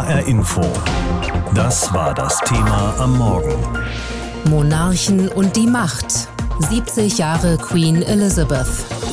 HR Info. Das war das Thema am Morgen. Monarchen und die Macht. 70 Jahre Queen Elizabeth.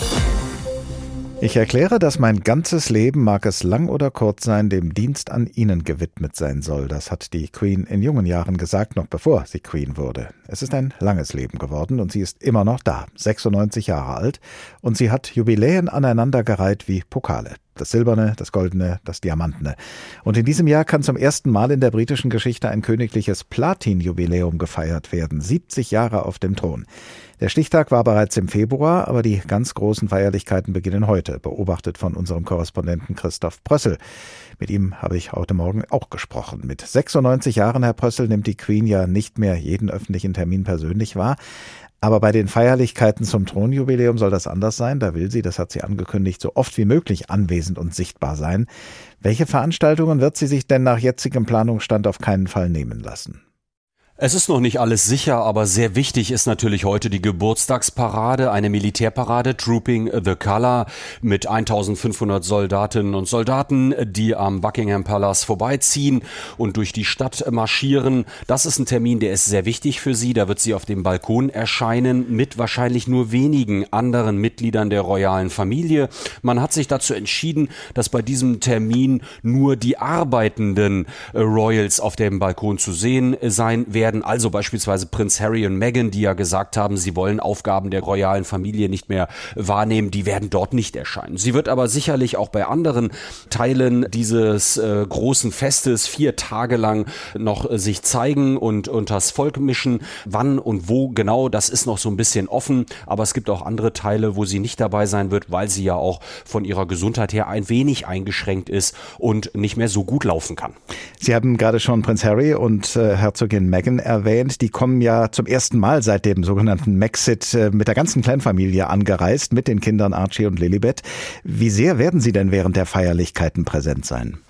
Ich erkläre, dass mein ganzes Leben, mag es lang oder kurz sein, dem Dienst an Ihnen gewidmet sein soll. Das hat die Queen in jungen Jahren gesagt, noch bevor sie Queen wurde. Es ist ein langes Leben geworden und sie ist immer noch da, 96 Jahre alt. Und sie hat Jubiläen aneinandergereiht wie Pokale. Das Silberne, das Goldene, das Diamantene. Und in diesem Jahr kann zum ersten Mal in der britischen Geschichte ein königliches Platin-Jubiläum gefeiert werden. 70 Jahre auf dem Thron. Der Stichtag war bereits im Februar, aber die ganz großen Feierlichkeiten beginnen heute, beobachtet von unserem Korrespondenten Christoph Prössel. Mit ihm habe ich heute Morgen auch gesprochen. Mit 96 Jahren, Herr Prössel, nimmt die Queen ja nicht mehr jeden öffentlichen Termin persönlich wahr. Aber bei den Feierlichkeiten zum Thronjubiläum soll das anders sein. Da will sie, das hat sie angekündigt, so oft wie möglich anwesend und sichtbar sein. Welche Veranstaltungen wird sie sich denn nach jetzigem Planungsstand auf keinen Fall nehmen lassen? Es ist noch nicht alles sicher, aber sehr wichtig ist natürlich heute die Geburtstagsparade, eine Militärparade, Trooping the Colour, mit 1500 Soldatinnen und Soldaten, die am Buckingham Palace vorbeiziehen und durch die Stadt marschieren. Das ist ein Termin, der ist sehr wichtig für sie. Da wird sie auf dem Balkon erscheinen mit wahrscheinlich nur wenigen anderen Mitgliedern der royalen Familie. Man hat sich dazu entschieden, dass bei diesem Termin nur die arbeitenden Royals auf dem Balkon zu sehen sein werden. Also beispielsweise Prinz Harry und Meghan, die ja gesagt haben, sie wollen Aufgaben der royalen Familie nicht mehr wahrnehmen, die werden dort nicht erscheinen. Sie wird aber sicherlich auch bei anderen Teilen dieses großen Festes 4 Tage lang noch sich zeigen und unters Volk mischen. Wann und wo genau, das ist noch so ein bisschen offen, aber es gibt auch andere Teile, wo sie nicht dabei sein wird, weil sie ja auch von ihrer Gesundheit her ein wenig eingeschränkt ist und nicht mehr so gut laufen kann. Sie haben gerade schon Prinz Harry und Herzogin Meghan erwähnt. Die kommen ja zum ersten Mal seit dem sogenannten Maxit mit der ganzen Kleinfamilie angereist, mit den Kindern Archie und Lilibet. Wie sehr werden Sie denn während der Feierlichkeiten präsent sein?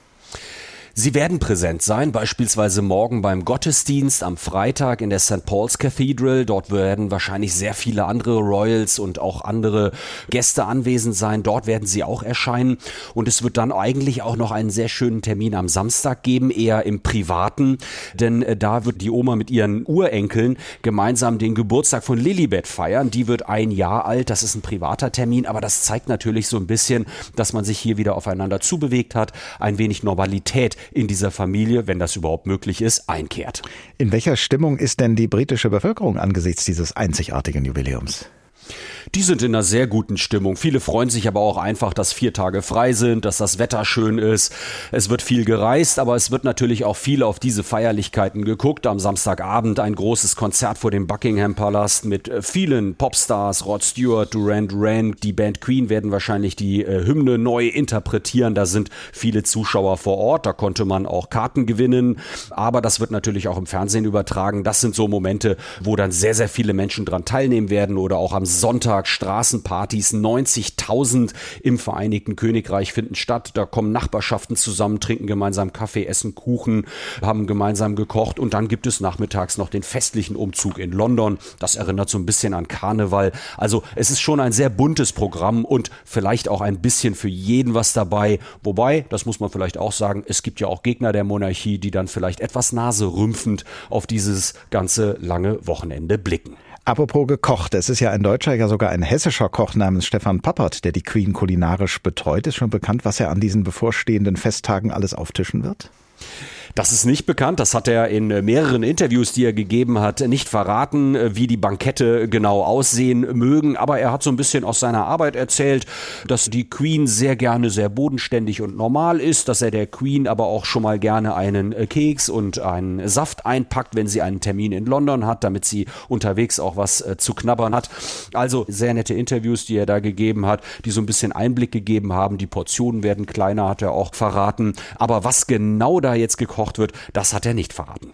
Sie werden präsent sein, beispielsweise morgen beim Gottesdienst am Freitag in der St. Paul's Cathedral. Dort werden wahrscheinlich sehr viele andere Royals und auch andere Gäste anwesend sein. Dort werden sie auch erscheinen. Und es wird dann eigentlich auch noch einen sehr schönen Termin am Samstag geben, eher im Privaten. Denn da wird die Oma mit ihren Urenkeln gemeinsam den Geburtstag von Lilibet feiern. Die wird 1 Jahr alt. Das ist ein privater Termin, aber das zeigt natürlich so ein bisschen, dass man sich hier wieder aufeinander zubewegt hat. Ein wenig Normalität in dieser Familie, wenn das überhaupt möglich ist, einkehrt. In welcher Stimmung ist denn die britische Bevölkerung angesichts dieses einzigartigen Jubiläums? Die sind in einer sehr guten Stimmung. Viele freuen sich aber auch einfach, dass 4 Tage frei sind, dass das Wetter schön ist. Es wird viel gereist, aber es wird natürlich auch viel auf diese Feierlichkeiten geguckt. Am Samstagabend ein großes Konzert vor dem Buckingham Palace mit vielen Popstars, Rod Stewart, Duran Duran. Die Band Queen werden wahrscheinlich die Hymne neu interpretieren. Da sind viele Zuschauer vor Ort. Da konnte man auch Karten gewinnen. Aber das wird natürlich auch im Fernsehen übertragen. Das sind so Momente, wo dann sehr, sehr viele Menschen dran teilnehmen werden. Oder auch am Sonntag Straßenpartys, 90.000 im Vereinigten Königreich finden statt. Da kommen Nachbarschaften zusammen, trinken gemeinsam Kaffee, essen Kuchen, haben gemeinsam gekocht und dann gibt es nachmittags noch den festlichen Umzug in London. Das erinnert so ein bisschen an Karneval. Also es ist schon ein sehr buntes Programm und vielleicht auch ein bisschen für jeden was dabei. Wobei, das muss man vielleicht auch sagen, es gibt ja auch Gegner der Monarchie, die dann vielleicht etwas naserümpfend auf dieses ganze lange Wochenende blicken. Apropos gekocht, es ist ja ein deutscher, ja sogar ein hessischer Koch namens Stefan Pappert, der die Queen kulinarisch betreut. Ist schon bekannt, was er an diesen bevorstehenden Festtagen alles auftischen wird? Das ist nicht bekannt, das hat er in mehreren Interviews, die er gegeben hat, nicht verraten, wie die Bankette genau aussehen mögen, aber er hat so ein bisschen aus seiner Arbeit erzählt, dass die Queen sehr gerne sehr bodenständig und normal ist, dass er der Queen aber auch schon mal gerne einen Keks und einen Saft einpackt, wenn sie einen Termin in London hat, damit sie unterwegs auch was zu knabbern hat. Also sehr nette Interviews, die er da gegeben hat, die so ein bisschen Einblick gegeben haben, die Portionen werden kleiner, hat er auch verraten, aber was genau da jetzt gekocht wird, das hat er nicht verraten.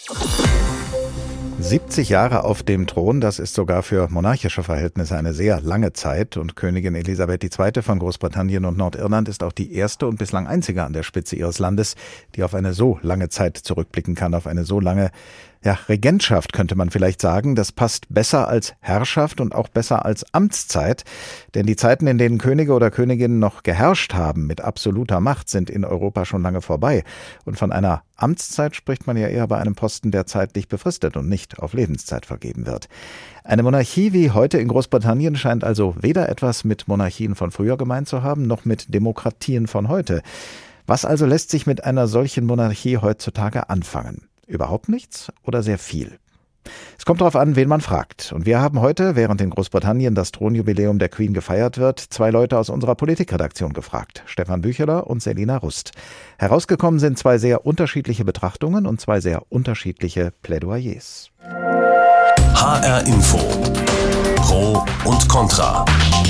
70 Jahre auf dem Thron, das ist sogar für monarchische Verhältnisse eine sehr lange Zeit. Und Königin Elisabeth II. Von Großbritannien und Nordirland ist auch die erste und bislang einzige an der Spitze ihres Landes, die auf eine so lange Zeit zurückblicken kann, auf eine so lange Ja, Regentschaft könnte man vielleicht sagen, das passt besser als Herrschaft und auch besser als Amtszeit, denn die Zeiten, in denen Könige oder Königinnen noch geherrscht haben mit absoluter Macht, sind in Europa schon lange vorbei. Und von einer Amtszeit spricht man ja eher bei einem Posten, der zeitlich befristet und nicht auf Lebenszeit vergeben wird. Eine Monarchie wie heute in Großbritannien scheint also weder etwas mit Monarchien von früher gemein zu haben, noch mit Demokratien von heute. Was also lässt sich mit einer solchen Monarchie heutzutage anfangen? Überhaupt nichts oder sehr viel? Es kommt darauf an, wen man fragt. Und wir haben heute, während in Großbritannien das Thronjubiläum der Queen gefeiert wird, 2 Leute aus unserer Politikredaktion gefragt. Stefan Bücheler und Selina Rust. Herausgekommen sind 2 sehr unterschiedliche Betrachtungen und 2 sehr unterschiedliche Plädoyers. HR Info. Pro und Contra.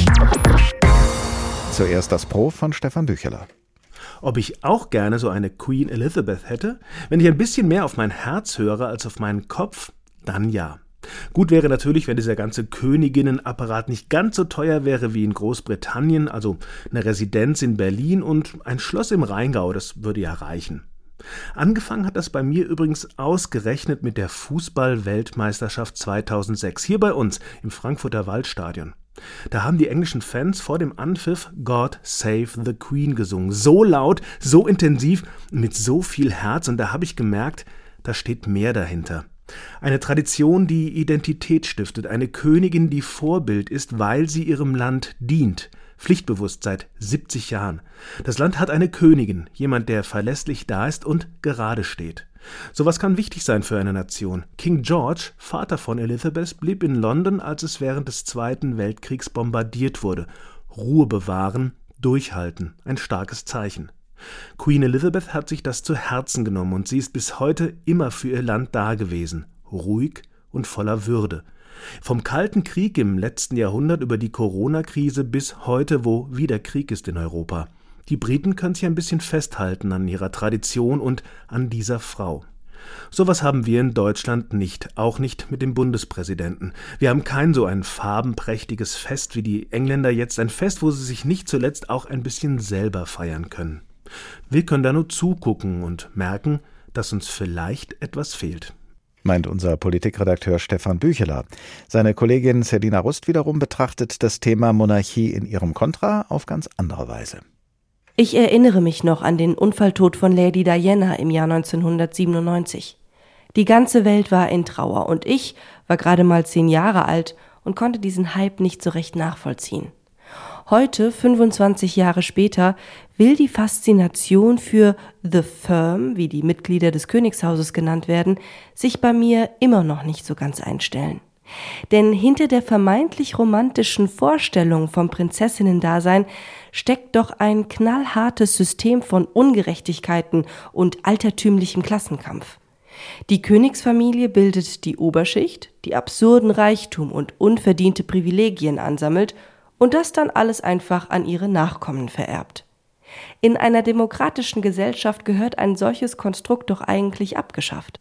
Zuerst das Pro von Stefan Bücheler. Ob ich auch gerne so eine Queen Elizabeth hätte? Wenn ich ein bisschen mehr auf mein Herz höre als auf meinen Kopf, dann ja. Gut wäre natürlich, wenn dieser ganze Königinnenapparat nicht ganz so teuer wäre wie in Großbritannien, also eine Residenz in Berlin und ein Schloss im Rheingau, das würde ja reichen. Angefangen hat das bei mir übrigens ausgerechnet mit der Fußball-Weltmeisterschaft 2006, hier bei uns im Frankfurter Waldstadion. Da haben die englischen Fans vor dem Anpfiff God Save the Queen gesungen. So laut, so intensiv, mit so viel Herz. Und da habe ich gemerkt, da steht mehr dahinter. Eine Tradition, die Identität stiftet. Eine Königin, die Vorbild ist, weil sie ihrem Land dient. Pflichtbewusst seit 70 Jahren. Das Land hat eine Königin, jemand, der verlässlich da ist und gerade steht. Sowas kann wichtig sein für eine Nation. King George, Vater von Elizabeth, blieb in London, als es während des Zweiten Weltkriegs bombardiert wurde. Ruhe bewahren, durchhalten, ein starkes Zeichen. Queen Elizabeth hat sich das zu Herzen genommen und sie ist bis heute immer für ihr Land dagewesen, ruhig und voller Würde. Vom Kalten Krieg im letzten Jahrhundert über die Corona-Krise bis heute, wo wieder Krieg ist in Europa. Die Briten können sich ein bisschen festhalten an ihrer Tradition und an dieser Frau. Sowas haben wir in Deutschland nicht, auch nicht mit dem Bundespräsidenten. Wir haben kein so ein farbenprächtiges Fest wie die Engländer jetzt, ein Fest, wo sie sich nicht zuletzt auch ein bisschen selber feiern können. Wir können da nur zugucken und merken, dass uns vielleicht etwas fehlt. Meint unser Politikredakteur Stefan Bücheler. Seine Kollegin Selina Rust wiederum betrachtet das Thema Monarchie in ihrem Kontra auf ganz andere Weise. Ich erinnere mich noch an den Unfalltod von Lady Diana im Jahr 1997. Die ganze Welt war in Trauer und ich war gerade mal 10 Jahre alt und konnte diesen Hype nicht so recht nachvollziehen. Heute, 25 Jahre später, will die Faszination für The Firm, wie die Mitglieder des Königshauses genannt werden, sich bei mir immer noch nicht so ganz einstellen. Denn hinter der vermeintlich romantischen Vorstellung vom Prinzessinnen-Dasein steckt doch ein knallhartes System von Ungerechtigkeiten und altertümlichem Klassenkampf. Die Königsfamilie bildet die Oberschicht, die absurden Reichtum und unverdiente Privilegien ansammelt und das dann alles einfach an ihre Nachkommen vererbt. In einer demokratischen Gesellschaft gehört ein solches Konstrukt doch eigentlich abgeschafft.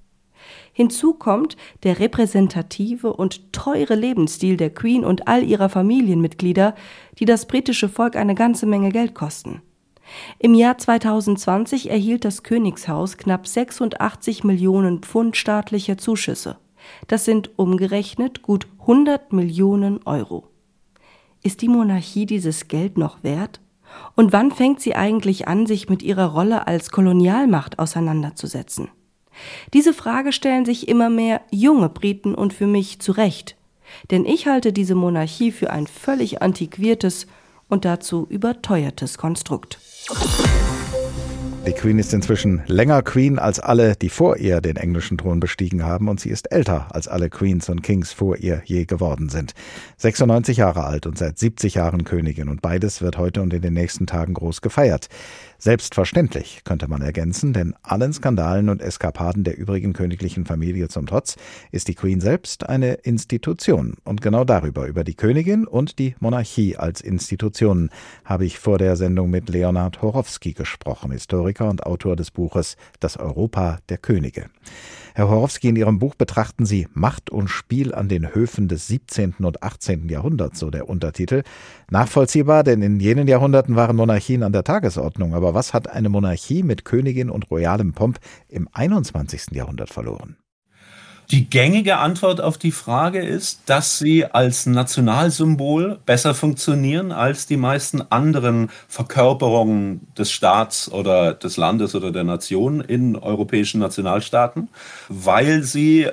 Hinzu kommt der repräsentative und teure Lebensstil der Queen und all ihrer Familienmitglieder, die das britische Volk eine ganze Menge Geld kosten. Im Jahr 2020 erhielt das Königshaus knapp 86 Millionen Pfund staatlicher Zuschüsse. Das sind umgerechnet gut 100 Millionen Euro. Ist die Monarchie dieses Geld noch wert? Und wann fängt sie eigentlich an, sich mit ihrer Rolle als Kolonialmacht auseinanderzusetzen? Diese Frage stellen sich immer mehr junge Briten und für mich zu Recht. Denn ich halte diese Monarchie für ein völlig antiquiertes und dazu überteuertes Konstrukt. Die Queen ist inzwischen länger Queen als alle, die vor ihr den englischen Thron bestiegen haben, und sie ist älter als alle Queens und Kings vor ihr je geworden sind. 96 Jahre alt und seit 70 Jahren Königin, und beides wird heute und in den nächsten Tagen groß gefeiert. Selbstverständlich, könnte man ergänzen, denn allen Skandalen und Eskapaden der übrigen königlichen Familie zum Trotz ist die Queen selbst eine Institution. Und genau darüber, über die Königin und die Monarchie als Institutionen, habe ich vor der Sendung mit Leonhard Horowski gesprochen, Historiker und Autor des Buches Das Europa der Könige. Herr Horowski, in Ihrem Buch betrachten Sie Macht und Spiel an den Höfen des 17. und 18. Jahrhunderts, so der Untertitel. Nachvollziehbar, denn in jenen Jahrhunderten waren Monarchien an der Tagesordnung. Aber was hat eine Monarchie mit Königin und royalem Pomp im 21. Jahrhundert verloren? Die gängige Antwort auf die Frage ist, dass sie als Nationalsymbol besser funktionieren als die meisten anderen Verkörperungen des Staats oder des Landes oder der Nation in europäischen Nationalstaaten, weil sie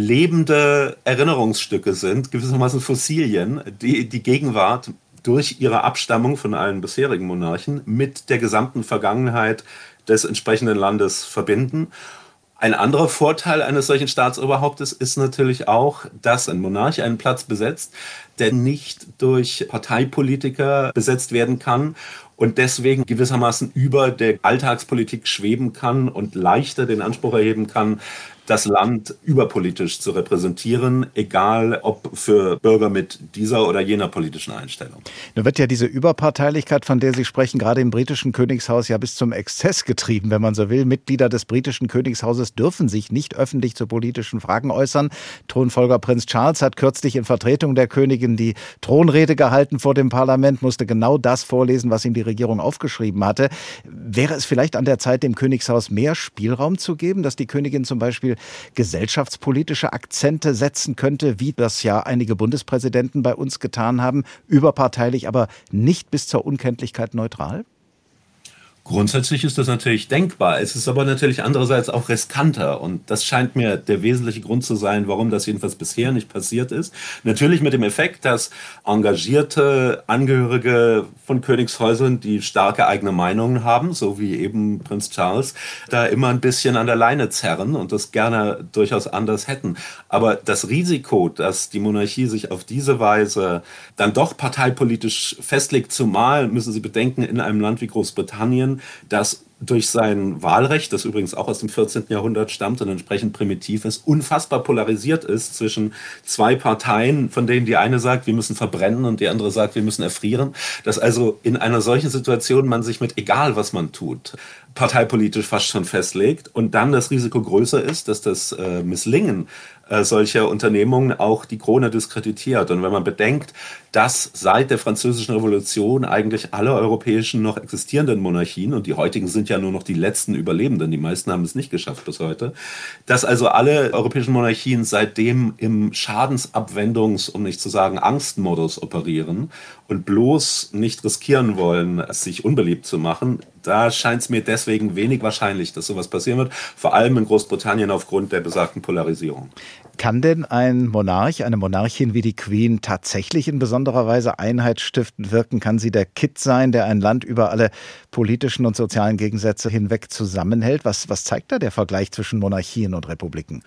lebende Erinnerungsstücke sind, gewissermaßen Fossilien, die die Gegenwart durch ihre Abstammung von allen bisherigen Monarchen mit der gesamten Vergangenheit des entsprechenden Landes verbinden. Ein anderer Vorteil eines solchen Staatsoberhauptes ist natürlich auch, dass ein Monarch einen Platz besetzt, der nicht durch Parteipolitiker besetzt werden kann und deswegen gewissermaßen über der Alltagspolitik schweben kann und leichter den Anspruch erheben kann, das Land überpolitisch zu repräsentieren, egal ob für Bürger mit dieser oder jener politischen Einstellung. Nun wird ja diese Überparteilichkeit, von der Sie sprechen, gerade im britischen Königshaus ja bis zum Exzess getrieben, wenn man so will. Mitglieder des britischen Königshauses dürfen sich nicht öffentlich zu politischen Fragen äußern. Thronfolger Prinz Charles hat kürzlich in Vertretung der Königin die Thronrede gehalten vor dem Parlament, musste genau das vorlesen, was ihm die Regierung aufgeschrieben hatte. Wäre es vielleicht an der Zeit, dem Königshaus mehr Spielraum zu geben, dass die Königin zum Beispiel gesellschaftspolitische Akzente setzen könnte, wie das ja einige Bundespräsidenten bei uns getan haben, überparteilich, aber nicht bis zur Unkenntlichkeit neutral? Grundsätzlich ist das natürlich denkbar. Es ist aber natürlich andererseits auch riskanter. Und das scheint mir der wesentliche Grund zu sein, warum das jedenfalls bisher nicht passiert ist. Natürlich mit dem Effekt, dass engagierte Angehörige von Königshäusern, die starke eigene Meinungen haben, so wie eben Prinz Charles, da immer ein bisschen an der Leine zerren und das gerne durchaus anders hätten. Aber das Risiko, dass die Monarchie sich auf diese Weise dann doch parteipolitisch festlegt, zumal, müssen Sie bedenken, in einem Land wie Großbritannien, das durch sein Wahlrecht, das übrigens auch aus dem 14. Jahrhundert stammt und entsprechend primitiv ist, unfassbar polarisiert ist zwischen zwei Parteien, von denen die eine sagt, wir müssen verbrennen und die andere sagt, wir müssen erfrieren. Dass also in einer solchen Situation man sich mit egal, was man tut, parteipolitisch fast schon festlegt und dann das Risiko größer ist, dass das Misslingen solcher Unternehmungen auch die Krone diskreditiert. Und wenn man bedenkt, dass seit der Französischen Revolution eigentlich alle europäischen noch existierenden Monarchien, und die heutigen sind ja nur noch die letzten Überlebenden, die meisten haben es nicht geschafft bis heute, dass also alle europäischen Monarchien seitdem im Schadensabwendungs-, um nicht zu sagen Angstmodus operieren und bloß nicht riskieren wollen, sich unbeliebt zu machen, da scheint es mir deswegen wenig wahrscheinlich, dass sowas passieren wird, vor allem in Großbritannien aufgrund der besagten Polarisierung. Kann denn ein Monarch, eine Monarchin wie die Queen tatsächlich in besonderer Weise einheitsstiftend wirken? Kann sie der Kitt sein, der ein Land über alle politischen und sozialen Gegensätze hinweg zusammenhält? Was zeigt da der Vergleich zwischen Monarchien und Republiken?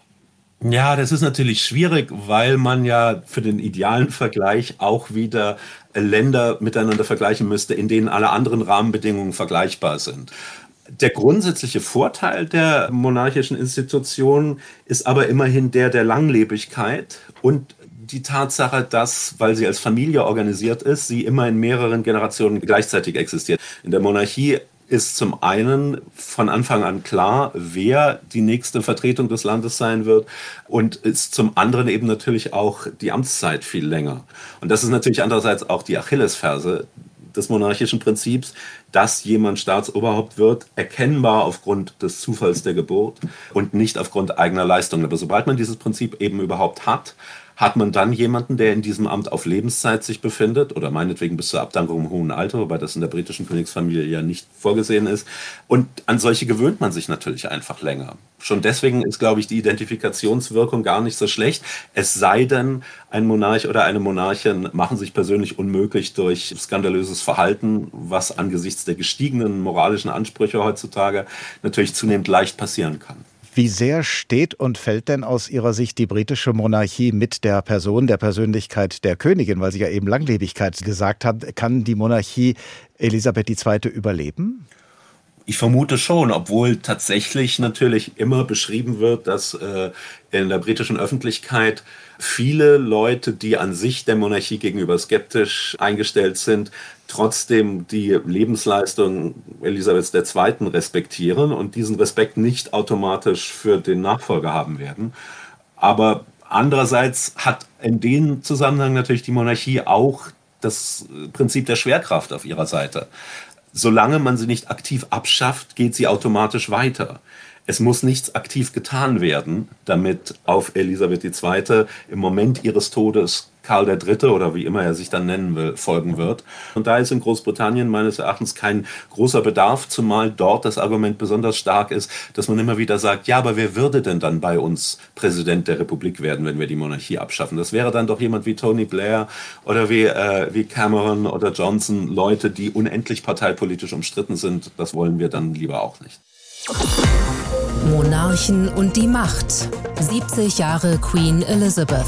Ja, das ist natürlich schwierig, weil man ja für den idealen Vergleich auch wieder Länder miteinander vergleichen müsste, in denen alle anderen Rahmenbedingungen vergleichbar sind. Der grundsätzliche Vorteil der monarchischen Institutionen ist aber immerhin der Langlebigkeit und die Tatsache, dass, weil sie als Familie organisiert ist, sie immer in mehreren Generationen gleichzeitig existiert. In der Monarchie ist zum einen von Anfang an klar, wer die nächste Vertretung des Landes sein wird und ist zum anderen eben natürlich auch die Amtszeit viel länger. Und das ist natürlich andererseits auch die Achillesferse des monarchischen Prinzips, dass jemand Staatsoberhaupt wird, erkennbar aufgrund des Zufalls der Geburt und nicht aufgrund eigener Leistungen. Aber sobald man dieses Prinzip eben überhaupt hat man dann jemanden, der in diesem Amt auf Lebenszeit sich befindet oder meinetwegen bis zur Abdankung im hohen Alter, wobei das in der britischen Königsfamilie ja nicht vorgesehen ist. Und an solche gewöhnt man sich natürlich einfach länger. Schon deswegen ist, glaube ich, die Identifikationswirkung gar nicht so schlecht. Es sei denn, ein Monarch oder eine Monarchin machen sich persönlich unmöglich durch skandalöses Verhalten, was angesichts der gestiegenen moralischen Ansprüche heutzutage natürlich zunehmend leicht passieren kann. Wie sehr steht und fällt denn aus Ihrer Sicht die britische Monarchie mit der Person, der Persönlichkeit der Königin? Weil sie ja eben Langlebigkeit gesagt hat, kann die Monarchie Elisabeth II. Überleben? Ich vermute schon, obwohl tatsächlich natürlich immer beschrieben wird, dass in der britischen Öffentlichkeit viele Leute, die an sich der Monarchie gegenüber skeptisch eingestellt sind, trotzdem die Lebensleistung Elisabeths II. Respektieren und diesen Respekt nicht automatisch für den Nachfolger haben werden. Aber andererseits hat in dem Zusammenhang natürlich die Monarchie auch das Prinzip der Schwerkraft auf ihrer Seite. Solange man sie nicht aktiv abschafft, geht sie automatisch weiter. Es muss nichts aktiv getan werden, damit auf Elisabeth II. Im Moment ihres Todes Karl III. Oder wie immer er sich dann nennen will, folgen wird. Und da ist in Großbritannien meines Erachtens kein großer Bedarf, zumal dort das Argument besonders stark ist, dass man immer wieder sagt, ja, aber wer würde denn dann bei uns Präsident der Republik werden, wenn wir die Monarchie abschaffen? Das wäre dann doch jemand wie Tony Blair oder wie Cameron oder Johnson, Leute, die unendlich parteipolitisch umstritten sind. Das wollen wir dann lieber auch nicht. Monarchen und die Macht. 70 Jahre Queen Elizabeth.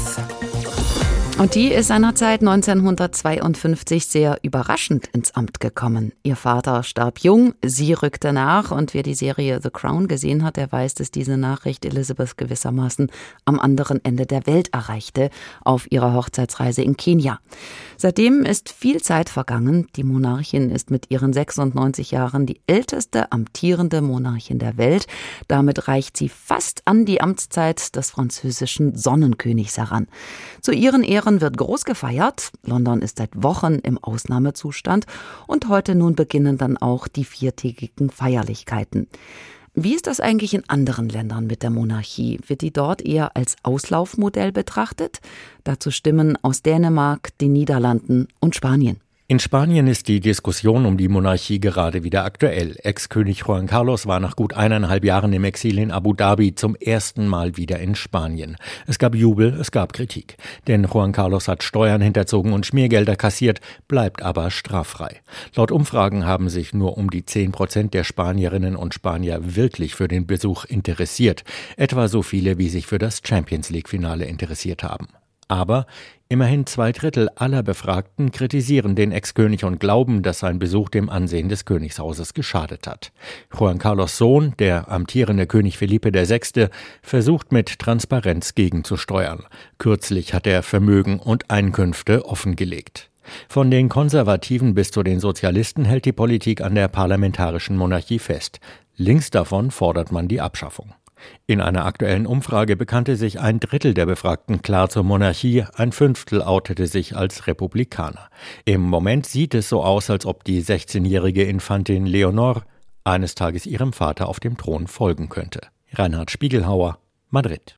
Und die ist seinerzeit 1952 sehr überraschend ins Amt gekommen. Ihr Vater starb jung, sie rückte nach und wer die Serie The Crown gesehen hat, der weiß, dass diese Nachricht Elizabeth gewissermaßen am anderen Ende der Welt erreichte, auf ihrer Hochzeitsreise in Kenia. Seitdem ist viel Zeit vergangen. Die Monarchin ist mit ihren 96 Jahren die älteste amtierende Monarchin der Welt. Damit reicht sie fast an die Amtszeit des französischen Sonnenkönigs heran. Zu ihren Ehren wird groß gefeiert. London ist seit Wochen im Ausnahmezustand und heute nun beginnen dann auch die 4-tägigen Feierlichkeiten. Wie ist das eigentlich in anderen Ländern mit der Monarchie? Wird die dort eher als Auslaufmodell betrachtet? Dazu Stimmen aus Dänemark, den Niederlanden und Spanien. In Spanien ist die Diskussion um die Monarchie gerade wieder aktuell. Ex-König Juan Carlos war nach gut 1,5 Jahren im Exil in Abu Dhabi zum ersten Mal wieder in Spanien. Es gab Jubel, es gab Kritik. Denn Juan Carlos hat Steuern hinterzogen und Schmiergelder kassiert, bleibt aber straffrei. Laut Umfragen haben sich nur um die 10% der Spanierinnen und Spanier wirklich für den Besuch interessiert. Etwa so viele, wie sich für das Champions-League-Finale interessiert haben. Aber immerhin 2/3 aller Befragten kritisieren den Ex-König und glauben, dass sein Besuch dem Ansehen des Königshauses geschadet hat. Juan Carlos' Sohn, der amtierende König Felipe VI., versucht mit Transparenz gegenzusteuern. Kürzlich hat er Vermögen und Einkünfte offengelegt. Von den Konservativen bis zu den Sozialisten hält die Politik an der parlamentarischen Monarchie fest. Links davon fordert man die Abschaffung. In einer aktuellen Umfrage bekannte sich 1/3 der Befragten klar zur Monarchie, 1/5 outete sich als Republikaner. Im Moment sieht es so aus, als ob die 16-jährige Infantin Leonor eines Tages ihrem Vater auf dem Thron folgen könnte. Reinhard Spiegelhauer, Madrid.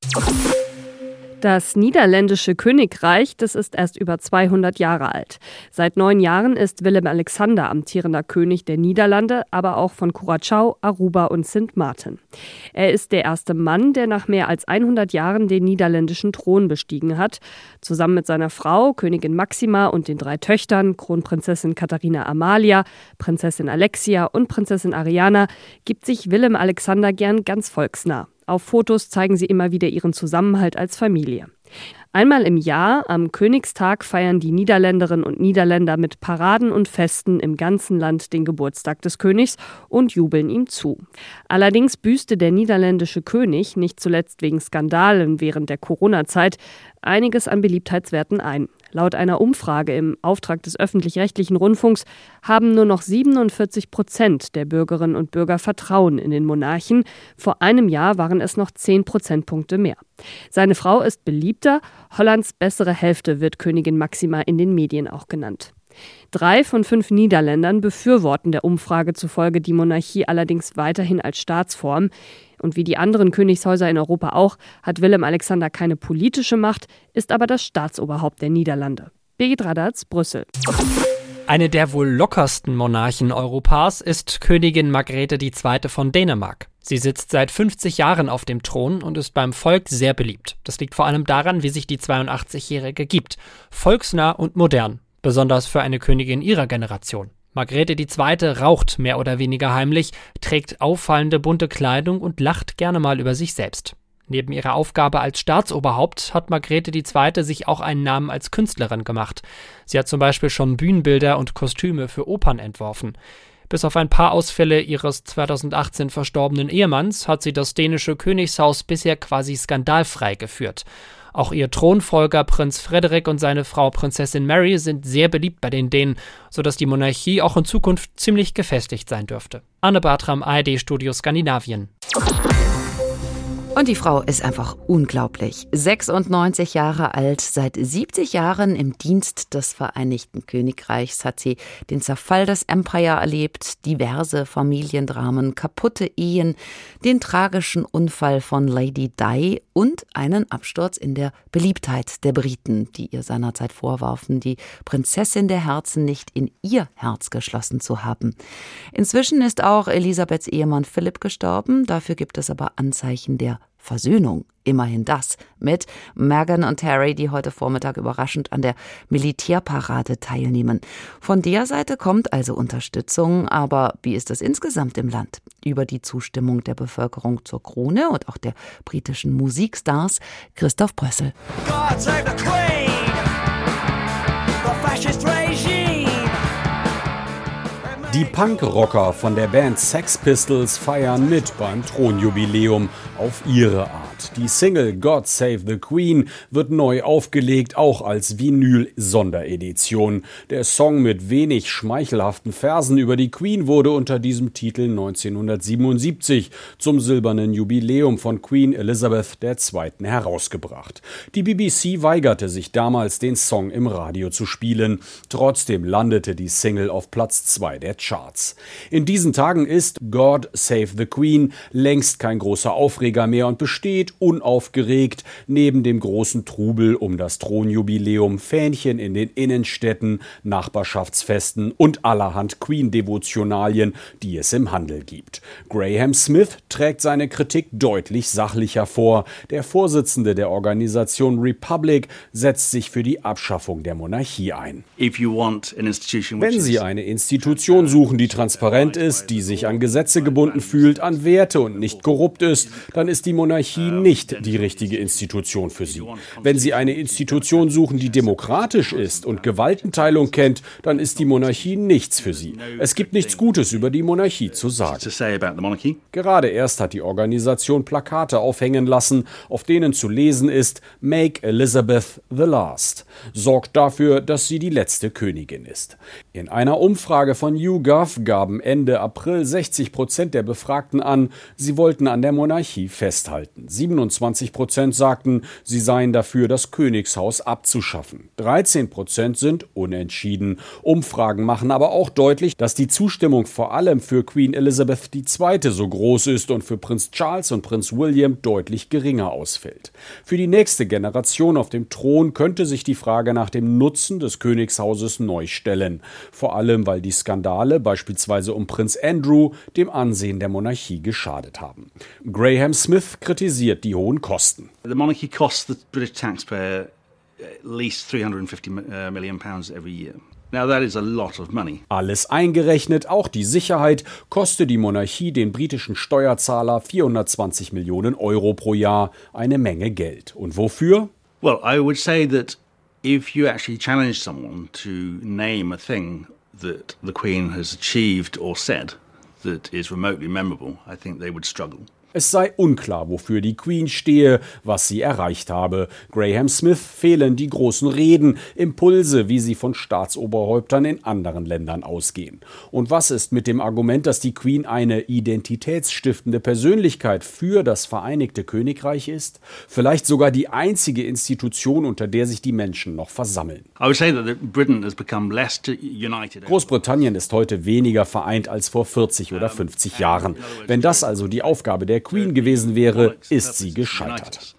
Das niederländische Königreich, das ist erst über 200 Jahre alt. Seit 9 Jahren ist Willem Alexander amtierender König der Niederlande, aber auch von Curaçao, Aruba und Sint Maarten. Er ist der erste Mann, der nach mehr als 100 Jahren den niederländischen Thron bestiegen hat. Zusammen mit seiner Frau, Königin Maxima, und den 3 Töchtern, Kronprinzessin Katharina Amalia, Prinzessin Alexia und Prinzessin Ariana, gibt sich Willem Alexander gern ganz volksnah. Auf Fotos zeigen sie immer wieder ihren Zusammenhalt als Familie. Einmal im Jahr, am Königstag, feiern die Niederländerinnen und Niederländer mit Paraden und Festen im ganzen Land den Geburtstag des Königs und jubeln ihm zu. Allerdings büßte der niederländische König, nicht zuletzt wegen Skandalen während der Corona-Zeit, einiges an Beliebtheitswerten ein. Laut einer Umfrage im Auftrag des öffentlich-rechtlichen Rundfunks haben nur noch 47% der Bürgerinnen und Bürger Vertrauen in den Monarchen. Vor einem Jahr waren es noch 10 Prozentpunkte mehr. Seine Frau ist beliebter. Hollands bessere Hälfte wird Königin Maxima in den Medien auch genannt. 3 von 5 Niederländern befürworten der Umfrage zufolge die Monarchie allerdings weiterhin als Staatsform. Und wie die anderen Königshäuser in Europa auch, hat Willem Alexander keine politische Macht, ist aber das Staatsoberhaupt der Niederlande. Birgit Radatz, Brüssel. Eine der wohl lockersten Monarchen Europas ist Königin Margrethe II. Von Dänemark. Sie sitzt seit 50 Jahren auf dem Thron und ist beim Volk sehr beliebt. Das liegt vor allem daran, wie sich die 82-Jährige gibt. Volksnah und modern, besonders für eine Königin ihrer Generation. Margrethe II. Raucht mehr oder weniger heimlich, trägt auffallende bunte Kleidung und lacht gerne mal über sich selbst. Neben ihrer Aufgabe als Staatsoberhaupt hat Margrethe II. Sich auch einen Namen als Künstlerin gemacht. Sie hat zum Beispiel schon Bühnenbilder und Kostüme für Opern entworfen. Bis auf ein paar Ausfälle ihres 2018 verstorbenen Ehemanns hat sie das dänische Königshaus bisher quasi skandalfrei geführt. Auch ihr Thronfolger Prinz Frederik und seine Frau Prinzessin Mary sind sehr beliebt bei den Dänen, sodass die Monarchie auch in Zukunft ziemlich gefestigt sein dürfte. Anne Bartram, ARD Studio Skandinavien. Und die Frau ist einfach unglaublich. 96 Jahre alt, seit 70 Jahren im Dienst des Vereinigten Königreichs hat sie den Zerfall des Empire erlebt, diverse Familiendramen, kaputte Ehen, den tragischen Unfall von Lady Di und einen Absturz in der Beliebtheit der Briten, die ihr seinerzeit vorwarfen, die Prinzessin der Herzen nicht in ihr Herz geschlossen zu haben. Inzwischen ist auch Elisabeths Ehemann Philipp gestorben, dafür gibt es aber Anzeichen der Versöhnung, immerhin das, mit Meghan und Harry, die heute Vormittag überraschend an der Militärparade teilnehmen. Von der Seite kommt also Unterstützung, aber wie ist es insgesamt im Land? Über die Zustimmung der Bevölkerung zur Krone und auch der britischen Musikstars Christoph Brössel. God save the Queen, the fascist regime. Die Punkrocker von der Band Sex Pistols feiern mit beim Thronjubiläum auf ihre Art. Die Single God Save the Queen wird neu aufgelegt, auch als Vinyl-Sonderedition. Der Song mit wenig schmeichelhaften Versen über die Queen wurde unter diesem Titel 1977 zum silbernen Jubiläum von Queen Elizabeth II. Herausgebracht. Die BBC weigerte sich damals, den Song im Radio zu spielen. Trotzdem landete die Single auf Platz 2 der Charts. In diesen Tagen ist God Save the Queen längst kein großer Aufreger mehr und besteht unaufgeregt neben dem großen Trubel um das Thronjubiläum, Fähnchen in den Innenstädten, Nachbarschaftsfesten und allerhand Queen-Devotionalien, die es im Handel gibt. Graham Smith trägt seine Kritik deutlich sachlicher vor. Der Vorsitzende der Organisation Republic setzt sich für die Abschaffung der Monarchie ein. Wenn Sie eine Institution suchen, die transparent ist, die sich an Gesetze gebunden fühlt, an Werte und nicht korrupt ist, dann ist die Monarchie nicht die richtige Institution für Sie. Wenn Sie eine Institution suchen, die demokratisch ist und Gewaltenteilung kennt, dann ist die Monarchie nichts für Sie. Es gibt nichts Gutes über die Monarchie zu sagen. Gerade erst hat die Organisation Plakate aufhängen lassen, auf denen zu lesen ist: Make Elizabeth the Last. Sorgt dafür, dass sie die letzte Königin ist. In einer Umfrage von YouGov gaben Ende April 60% der Befragten an, sie wollten an der Monarchie festhalten. 27% sagten, sie seien dafür, das Königshaus abzuschaffen. 13% sind unentschieden. Umfragen machen aber auch deutlich, dass die Zustimmung vor allem für Queen Elizabeth II. So groß ist und für Prinz Charles und Prinz William deutlich geringer ausfällt. Für die nächste Generation auf dem Thron könnte sich die Frage nach dem Nutzen des Königshauses neu stellen. Vor allem, weil die Skandale, beispielsweise um Prinz Andrew, dem Ansehen der Monarchie geschadet haben. Graham Smith kritisiert die hohen Kosten. The monarchy costs the British taxpayer at least £350 million every year. Now that is a lot of money. Alles eingerechnet, auch die Sicherheit, kostet die Monarchie den britischen Steuerzahler 420 Millionen Euro pro Jahr, eine Menge Geld. Und wofür? Well, I would say that if you actually challenge someone to name a thing that the Queen has achieved or said that is remotely memorable, I think they would struggle. Es sei unklar, wofür die Queen stehe, was sie erreicht habe. Graham Smith fehlen die großen Reden, Impulse, wie sie von Staatsoberhäuptern in anderen Ländern ausgehen. Und was ist mit dem Argument, dass die Queen eine identitätsstiftende Persönlichkeit für das Vereinigte Königreich ist? Vielleicht sogar die einzige Institution, unter der sich die Menschen noch versammeln. Großbritannien ist heute weniger vereint als vor 40 oder 50 Jahren. Wenn das also die Aufgabe der Queen gewesen wäre, ist sie gescheitert.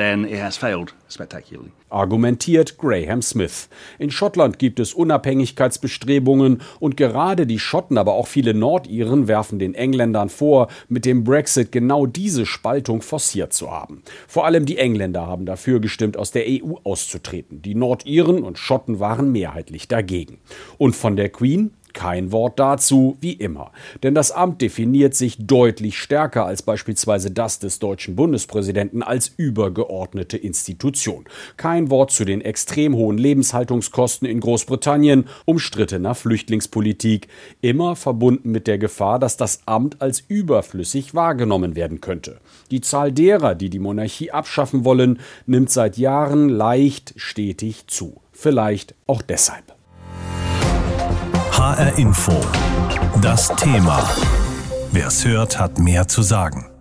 Argumentiert Graham Smith. In Schottland gibt es Unabhängigkeitsbestrebungen und gerade die Schotten, aber auch viele Nordiren werfen den Engländern vor, mit dem Brexit genau diese Spaltung forciert zu haben. Vor allem die Engländer haben dafür gestimmt, aus der EU auszutreten. Die Nordiren und Schotten waren mehrheitlich dagegen. Und von der Queen? Kein Wort dazu, wie immer. Denn das Amt definiert sich deutlich stärker als beispielsweise das des deutschen Bundespräsidenten als übergeordnete Institution. Kein Wort zu den extrem hohen Lebenshaltungskosten in Großbritannien, umstrittener Flüchtlingspolitik, immer verbunden mit der Gefahr, dass das Amt als überflüssig wahrgenommen werden könnte. Die Zahl derer, die die Monarchie abschaffen wollen, nimmt seit Jahren leicht stetig zu. Vielleicht auch deshalb. HR Info. Das Thema. Wer es hört, hat mehr zu sagen.